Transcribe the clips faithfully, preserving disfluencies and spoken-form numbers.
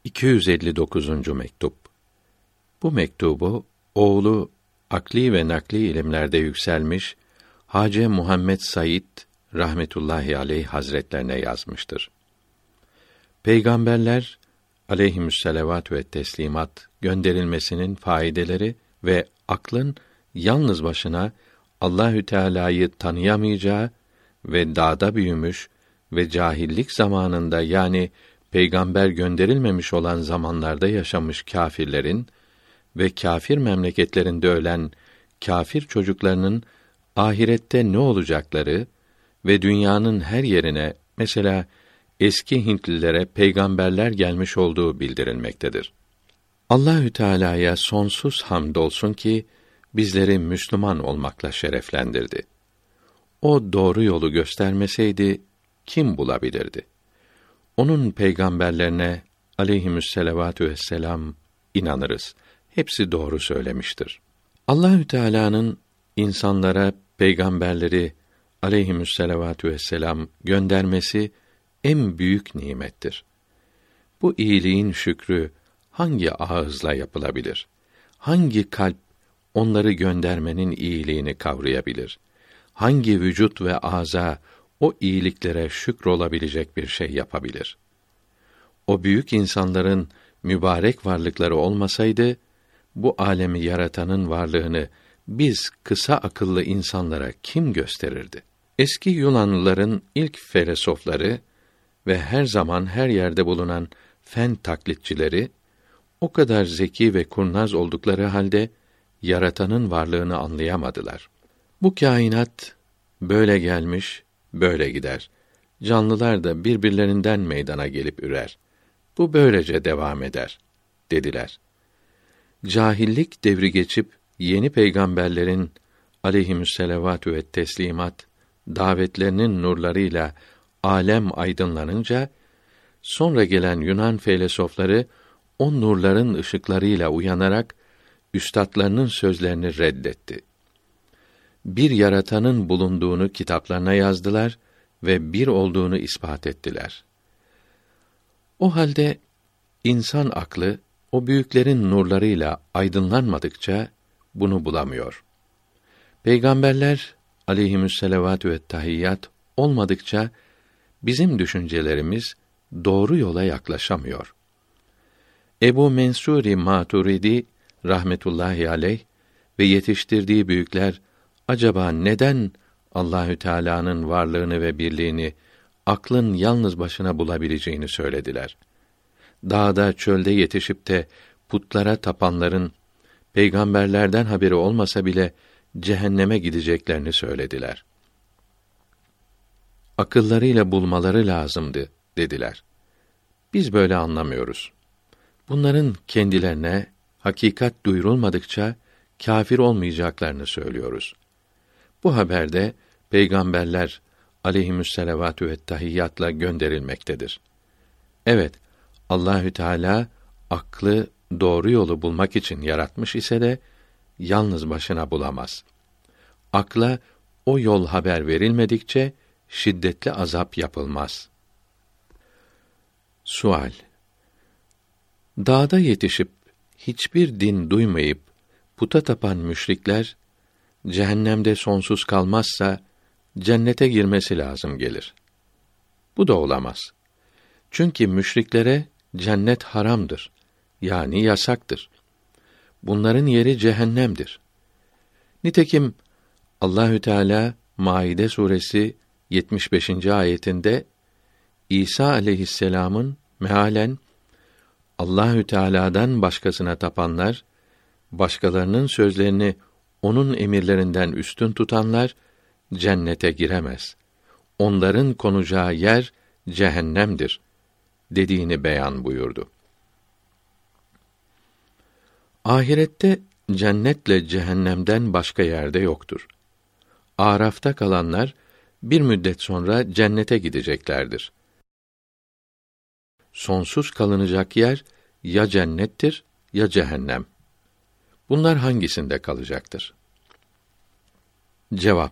iki yüz elli dokuzuncu mektup. Bu mektubu oğlu akli ve nakli ilimlerde yükselmiş Hacı Muhammed Said rahmetullahi aleyh hazretlerine yazmıştır. Peygamberler aleyhimüsselavatü ve teslimat gönderilmesinin faydeleri ve aklın yalnız başına Allahü Teala'yı tanıyamayacağı ve dağda büyümüş ve cahillik zamanında, yani peygamber gönderilmemiş olan zamanlarda yaşamış kâfirlerin ve kâfir memleketlerinde ölen kâfir çocuklarının ahirette ne olacakları ve dünyanın her yerine, mesela eski Hintlilere peygamberler gelmiş olduğu bildirilmektedir. Allahü Teala'ya sonsuz hamdolsun ki bizleri Müslüman olmakla şereflendirdi. O doğru yolu göstermeseydi kim bulabilirdi? Onun peygamberlerine aleyhimüsselavatü vesselam inanırız. Hepsi doğru söylemiştir. Allahü Teala'nın insanlara peygamberleri aleyhimüsselavatü vesselam göndermesi en büyük nimettir. Bu iyiliğin şükrü hangi ağızla yapılabilir? Hangi kalp onları göndermenin iyiliğini kavrayabilir? Hangi vücut ve ağza o iyiliklere şükrolabilecek bir şey yapabilir? O büyük insanların mübarek varlıkları olmasaydı, bu alemi yaratanın varlığını biz kısa akıllı insanlara kim gösterirdi? Eski Yunanlıların ilk felsefeleri ve her zaman her yerde bulunan fen taklitçileri, o kadar zeki ve kurnaz oldukları halde yaratanın varlığını anlayamadılar. Bu kainat böyle gelmiş, böyle gider. Canlılar da birbirlerinden meydana gelip ürer. Bu böylece devam eder, dediler. Cahillik devri geçip yeni peygamberlerin aleyhimüsselavatü ve teslimat davetlerinin nurlarıyla alem aydınlanınca, sonra gelen Yunan felsefeleri o nurların ışıklarıyla uyanarak üstadlarının sözlerini reddetti. Bir yaratanın bulunduğunu kitaplarına yazdılar ve bir olduğunu ispat ettiler. O halde insan aklı o büyüklerin nurlarıyla aydınlanmadıkça bunu bulamıyor. Peygamberler aleyhimüsselavatü ve tahiyyat olmadıkça bizim düşüncelerimiz doğru yola yaklaşamıyor. Ebu Mensûr-i Maturidi rahmetullahi aleyh ve yetiştirdiği büyükler acaba neden Allahü Teala'nın varlığını ve birliğini aklın yalnız başına bulabileceğini söylediler. Dağda, çölde yetişip de putlara tapanların peygamberlerden haberi olmasa bile cehenneme gideceklerini söylediler. Akıllarıyla bulmaları lazımdı dediler. Biz böyle anlamıyoruz. Bunların kendilerine hakikat duyurulmadıkça kâfir olmayacaklarını söylüyoruz. Bu haberde peygamberler aleyhimüsselavatü ve tahiyyatla gönderilmektedir. Evet, Allahü Teala aklı doğru yolu bulmak için yaratmış ise de yalnız başına bulamaz. Akla o yol haber verilmedikçe şiddetli azap yapılmaz. Sual: Dağda yetişip hiçbir din duymayıp puta tapan müşrikler cehennemde sonsuz kalmazsa cennete girmesi lazım gelir. Bu da olamaz. Çünkü müşriklere cennet haramdır. Yani yasaktır. Bunların yeri cehennemdir. Nitekim Allahü Teala Maide suresi yetmiş beşinci ayetinde İsa aleyhisselam'ın mealen Allahü Teala'dan başkasına tapanlar, başkalarının sözlerini onun emirlerinden üstün tutanlar cennete giremez. Onların konacağı yer cehennemdir dediğini beyan buyurdu. Ahirette cennetle cehennemden başka yerde yoktur. Araf'ta kalanlar bir müddet sonra cennete gideceklerdir. Sonsuz kalınacak yer ya cennettir ya cehennem. Bunlar hangisinde kalacaktır? Cevap: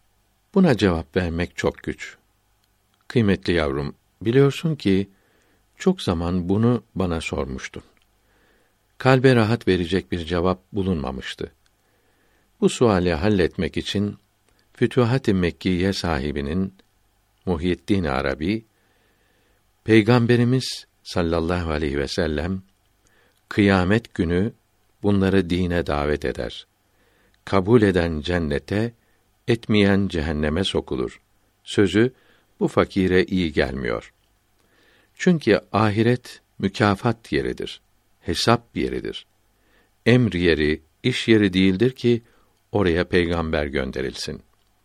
Buna cevap vermek çok güç. Kıymetli yavrum, biliyorsun ki Çok zaman bunu bana sormuştun. Kalbe rahat verecek bir cevap bulunmamıştı. Bu suali halletmek için Fütuhat-ı Mekkiye sahibinin Muhyiddin Arabi, Peygamberimiz sallallahu aleyhi ve sellem kıyamet günü bunları dine davet eder. Kabul eden cennete, etmeyen cehenneme sokulur. Sözü bu fakire iyi gelmiyor. Çünkü ahiret mükafat yeridir. Hesap yeridir. Emr yeri, iş yeri değildir ki oraya peygamber gönderilsin.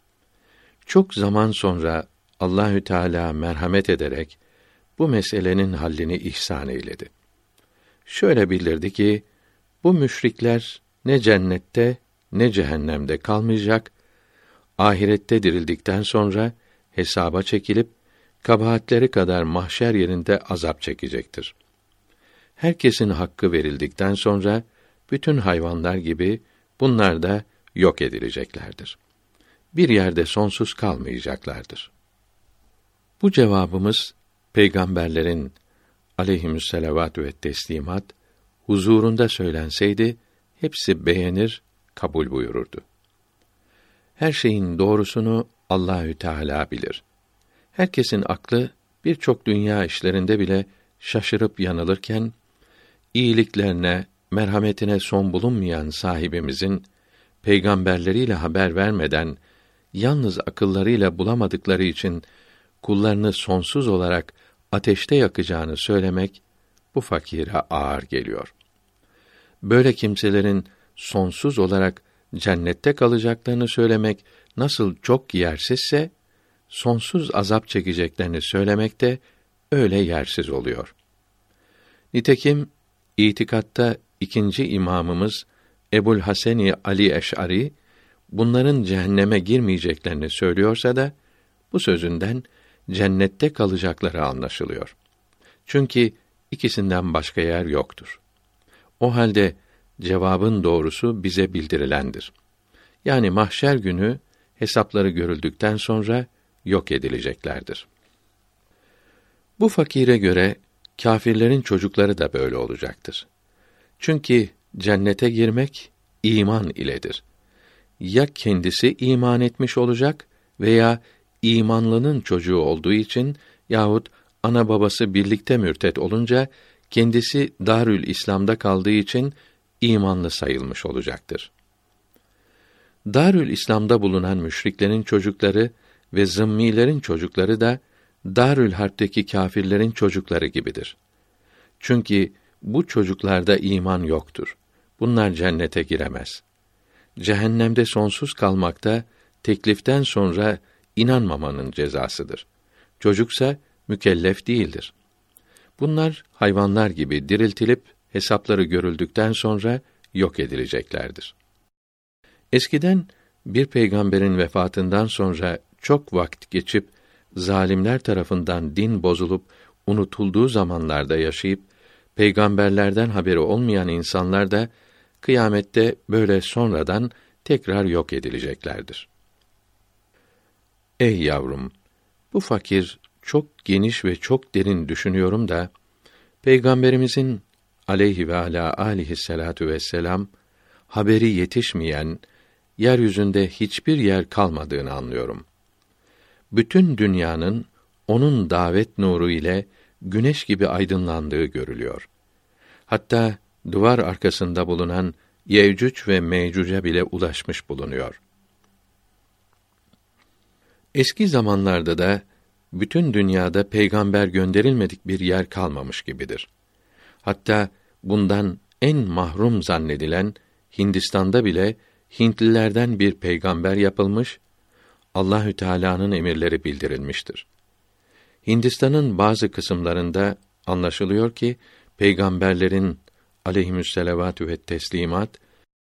Çok zaman sonra Allahü Teala merhamet ederek bu meselenin hallini ihsan eyledi. Şöyle bildirdi ki bu müşrikler ne cennette ne cehennemde kalmayacak, ahirette dirildikten sonra hesaba çekilip kabahatleri kadar mahşer yerinde azap çekecektir. Herkesin hakkı verildikten sonra bütün hayvanlar gibi bunlar da yok edileceklerdir. Bir yerde sonsuz kalmayacaklardır. Bu cevabımız peygamberlerin aleyhimüsselavatü ve teslimat huzurunda söylenseydi hepsi beğenir, kabul buyururdu. Her şeyin doğrusunu Allahü Teala bilir. Herkesin aklı birçok dünya işlerinde bile şaşırıp yanılırken iyiliklerine, merhametine son bulunmayan sahibimizin peygamberleriyle haber vermeden yalnız akıllarıyla bulamadıkları için kullarını sonsuz olarak ateşte yakacağını söylemek bu fakire ağır geliyor. Böyle kimselerin sonsuz olarak cennette kalacaklarını söylemek nasıl çok yersizse, sonsuz azap çekeceklerini söylemek de öyle yersiz oluyor. Nitekim itikatta ikinci imamımız Ebul Haseni Ali Eş'ari bunların cehenneme girmeyeceklerini söylüyorsa da bu sözünden cennette kalacakları anlaşılıyor. Çünkü ikisinden başka yer yoktur. O halde cevabın doğrusu bize bildirilendir. Yani mahşer günü hesapları görüldükten sonra yok edileceklerdir. Bu fakire göre kâfirlerin çocukları da böyle olacaktır. Çünkü cennete girmek iman iledir. Ya kendisi iman etmiş olacak veya imanlının çocuğu olduğu için yahut ana babası birlikte mürtet olunca kendisi Darül İslam'da kaldığı için imanlı sayılmış olacaktır. Darül İslam'da bulunan müşriklerin çocukları ve zımmilerin çocukları da Darül Harp'teki kâfirlerin çocukları gibidir. Çünkü bu çocuklarda iman yoktur. Bunlar cennete giremez. Cehennemde sonsuz kalmakta tekliften sonra inanmamanın cezasıdır. Çocuksa mükellef değildir. Bunlar hayvanlar gibi diriltilip hesapları görüldükten sonra yok edileceklerdir. Eskiden bir peygamberin vefatından sonra çok vakit geçip zalimler tarafından din bozulup unutulduğu zamanlarda yaşayıp peygamberlerden haberi olmayan insanlar da kıyamette böyle sonradan tekrar yok edileceklerdir. Ey yavrum, bu fakir çok geniş ve çok derin düşünüyorum da Peygamberimizin aleyhi ve ala aleyhissalatu vesselam haberi yetişmeyen yeryüzünde hiçbir yer kalmadığını anlıyorum. Bütün dünyanın onun davet nuru ile güneş gibi aydınlandığı görülüyor. Hatta duvar arkasında bulunan Yevcüc ve Mevcüc'e bile ulaşmış bulunuyor. Eski zamanlarda da bütün dünyada peygamber gönderilmedik bir yer kalmamış gibidir. Hatta bundan en mahrum zannedilen Hindistan'da bile Hintlilerden bir peygamber yapılmış, Allahü Teala'nın emirleri bildirilmiştir. Hindistan'ın bazı kısımlarında anlaşılıyor ki peygamberlerin aleyhimüsselavatü ve teslimat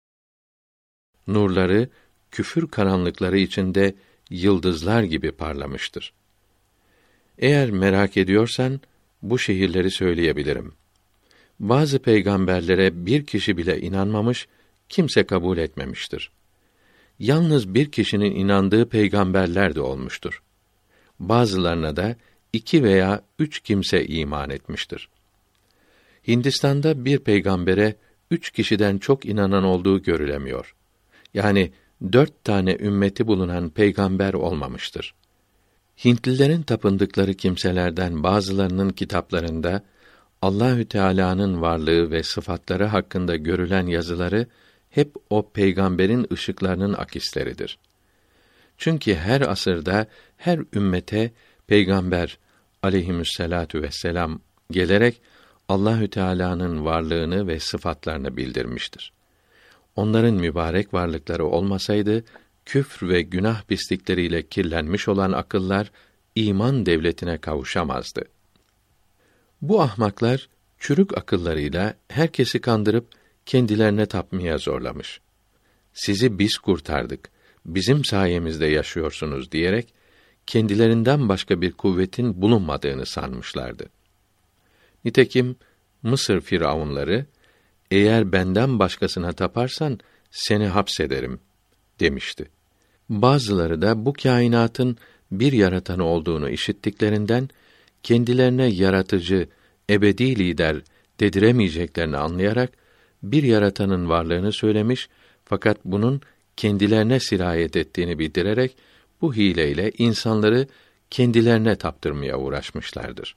nurları küfür karanlıkları içinde yıldızlar gibi parlamıştır. Eğer merak ediyorsan bu şehirleri söyleyebilirim. Bazı peygamberlere bir kişi bile inanmamış, kimse kabul etmemiştir. Yalnız bir kişinin inandığı peygamberler de olmuştur. Bazılarına da iki veya üç kimse iman etmiştir. Hindistan'da bir peygambere üç kişiden çok inanan olduğu görülemiyor. Yani dört tane ümmeti bulunan peygamber olmamıştır. Hintlilerin tapındıkları kimselerden bazılarının kitaplarında Allahü Teala'nın varlığı ve sıfatları hakkında görülen yazıları hep o peygamberin ışıklarının akisleridir. Çünkü her asırda her ümmete peygamber aleyhisselatu vesselam gelerek Allahü Teala'nın varlığını ve sıfatlarını bildirmiştir. Onların mübarek varlıkları olmasaydı küfr ve günah pislikleriyle kirlenmiş olan akıllar iman devletine kavuşamazdı. Bu ahmaklar çürük akıllarıyla herkesi kandırıp kendilerine tapmaya zorlamış. Sizi biz kurtardık, bizim sayemizde yaşıyorsunuz diyerek kendilerinden başka bir kuvvetin bulunmadığını sanmışlardı. Nitekim Mısır firavunları, eğer benden başkasına taparsan seni hapsederim demişti. Bazıları da bu kainatın bir yaratanı olduğunu işittiklerinden kendilerine yaratıcı, ebedi lider dediremeyeceklerini anlayarak bir yaratanın varlığını söylemiş fakat bunun kendilerine sirayet ettiğini bildirerek bu hileyle insanları kendilerine taptırmaya uğraşmışlardır.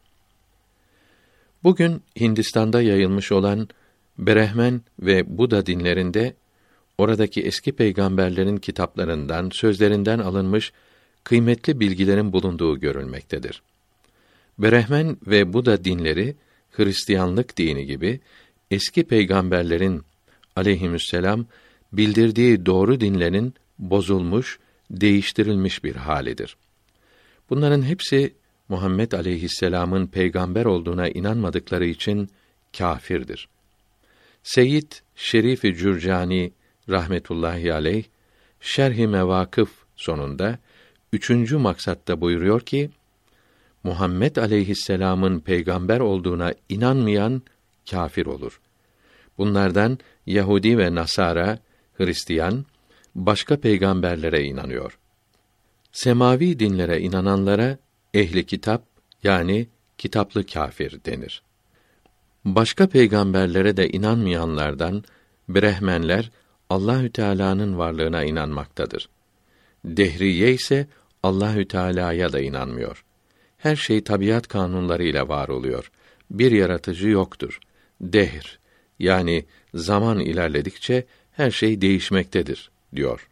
Bugün Hindistan'da yayılmış olan Brehmen ve Buda dinlerinde oradaki eski peygamberlerin kitaplarından, sözlerinden alınmış kıymetli bilgilerin bulunduğu görülmektedir. Brehmen ve Buda dinleri Hristiyanlık dini gibi eski peygamberlerin aleyhisselam bildirdiği doğru dinlerin bozulmuş, değiştirilmiş bir halidir. Bunların hepsi Muhammed aleyhisselam'ın peygamber olduğuna inanmadıkları için kâfirdir. Seyyid Şerif-i Cürcani rahmetullahi aleyh Şerh-i Mevâkıf sonunda üçüncü maksatta buyuruyor ki, Muhammed aleyhisselam'ın peygamber olduğuna inanmayan kâfir olur. Bunlardan Yahudi ve Nasara, Hristiyan, başka peygamberlere inanıyor. Semavi dinlere inananlara ehli kitap yani kitaplı kâfir denir. Başka peygamberlere de inanmayanlardan Brehmenler Allahü Teala'nın varlığına inanmaktadır. Dehriye ise Allahü Teala'ya da inanmıyor. Her şey tabiat kanunlarıyla var oluyor. Bir yaratıcı yoktur. Dehr yani zaman ilerledikçe her şey değişmektedir diyor.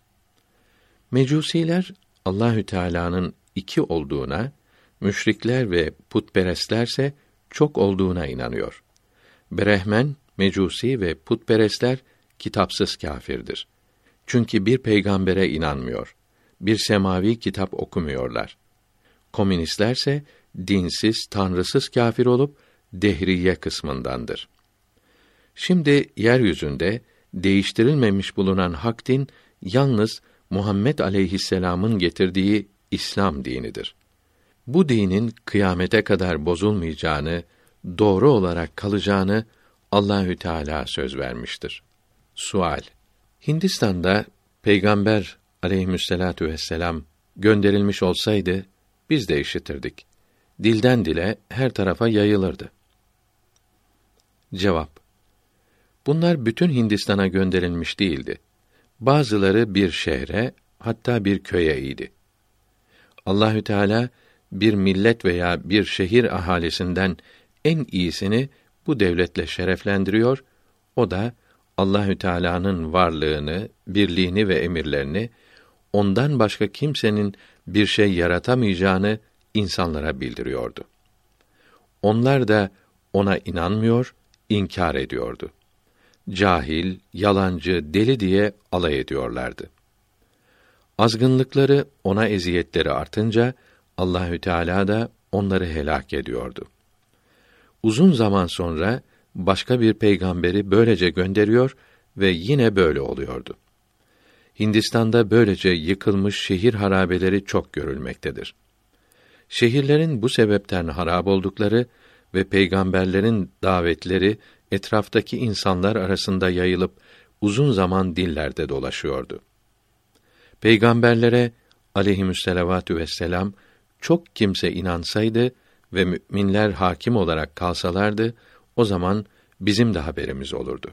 Mecusiler Allahü Teala'nın iki olduğuna, müşrikler ve putperestlerse çok olduğuna inanıyor. Brehmen, Mecusi ve putperestler kitapsız kâfirdir. Çünkü bir peygambere inanmıyor. Bir semavi kitap okumuyorlar. Komünistlerse dinsiz, tanrısız kâfir olup dehriye kısmındandır. Şimdi yeryüzünde değiştirilmemiş bulunan hak din yalnız Muhammed aleyhisselam'ın getirdiği İslam dinidir. Bu dinin kıyamete kadar bozulmayacağını, doğru olarak kalacağını Allahü Teala söz vermiştir. Sual: Hindistan'da Peygamber aleyhisselatu vesselam gönderilmiş olsaydı biz de işitirdik. Dilden dile her tarafa yayılırdı. Cevap: Bunlar bütün Hindistan'a gönderilmiş değildi. Bazıları bir şehre, hatta bir köye idi. Allahü Teala bir millet veya bir şehir ahalisinden en iyisini bu devletle şereflendiriyor. O da Allahü Teala'nın varlığını, birliğini ve emirlerini ondan başka kimsenin bir şey yaratamayacağını insanlara bildiriyordu. Onlar da ona inanmıyor, inkar ediyordu. Cahil, yalancı, deli diye alay ediyorlardı. Azgınlıkları, ona eziyetleri artınca Allahü Teala da onları helak ediyordu. Uzun zaman sonra başka bir peygamberi böylece gönderiyor ve yine böyle oluyordu. Hindistan'da böylece yıkılmış şehir harabeleri çok görülmektedir. Şehirlerin bu sebepten harap oldukları ve peygamberlerin davetleri etraftaki insanlar arasında yayılıp uzun zaman dillerde dolaşıyordu. Peygamberlere aleyhisselatü vesselam çok kimse inansaydı ve müminler hakim olarak kalsalardı, o zaman bizim de haberimiz olurdu.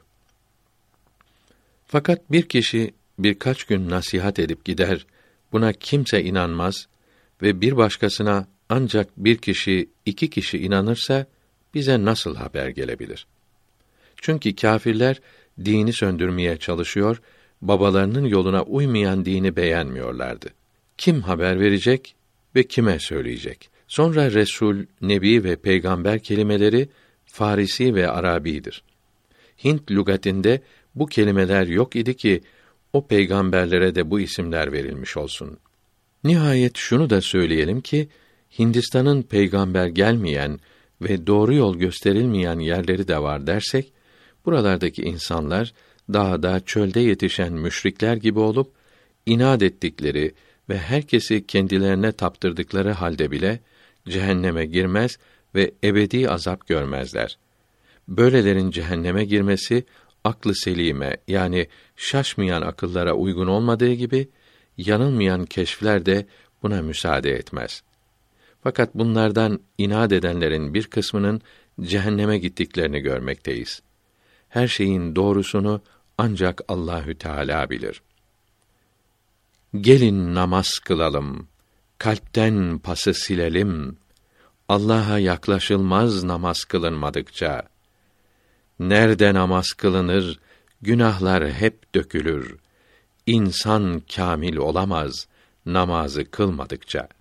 Fakat bir kişi birkaç gün nasihat edip gider, buna kimse inanmaz ve bir başkasına ancak bir kişi, iki kişi inanırsa, bize nasıl haber gelebilir? Çünkü kâfirler dini söndürmeye çalışıyor, babalarının yoluna uymayan dini beğenmiyorlardı. Kim haber verecek ve kime söyleyecek? Sonra Resul, Nebi ve Peygamber kelimeleri Farisi ve Arabidir. Hint lügatinde bu kelimeler yok idi ki o peygamberlere de bu isimler verilmiş olsun. Nihayet şunu da söyleyelim ki Hindistan'ın peygamber gelmeyen ve doğru yol gösterilmeyen yerleri de var dersek, buralardaki insanlar dağda, çölde yetişen müşrikler gibi olup inat ettikleri ve herkesi kendilerine taptırdıkları halde bile cehenneme girmez ve ebedi azap görmezler. Böylelerin cehenneme girmesi aklı selime, yani şaşmayan akıllara uygun olmadığı gibi yanılmayan keşfler de buna müsaade etmez. Fakat bunlardan inat edenlerin bir kısmının cehenneme gittiklerini görmekteyiz. Her şeyin doğrusunu ancak Allahü Teala bilir. Gelin namaz kılalım, kalpten pası silelim. Allah'a yaklaşılmaz namaz kılınmadıkça. Nerede namaz kılınır, günahlar hep dökülür. İnsan kâmil olamaz namazı kılmadıkça.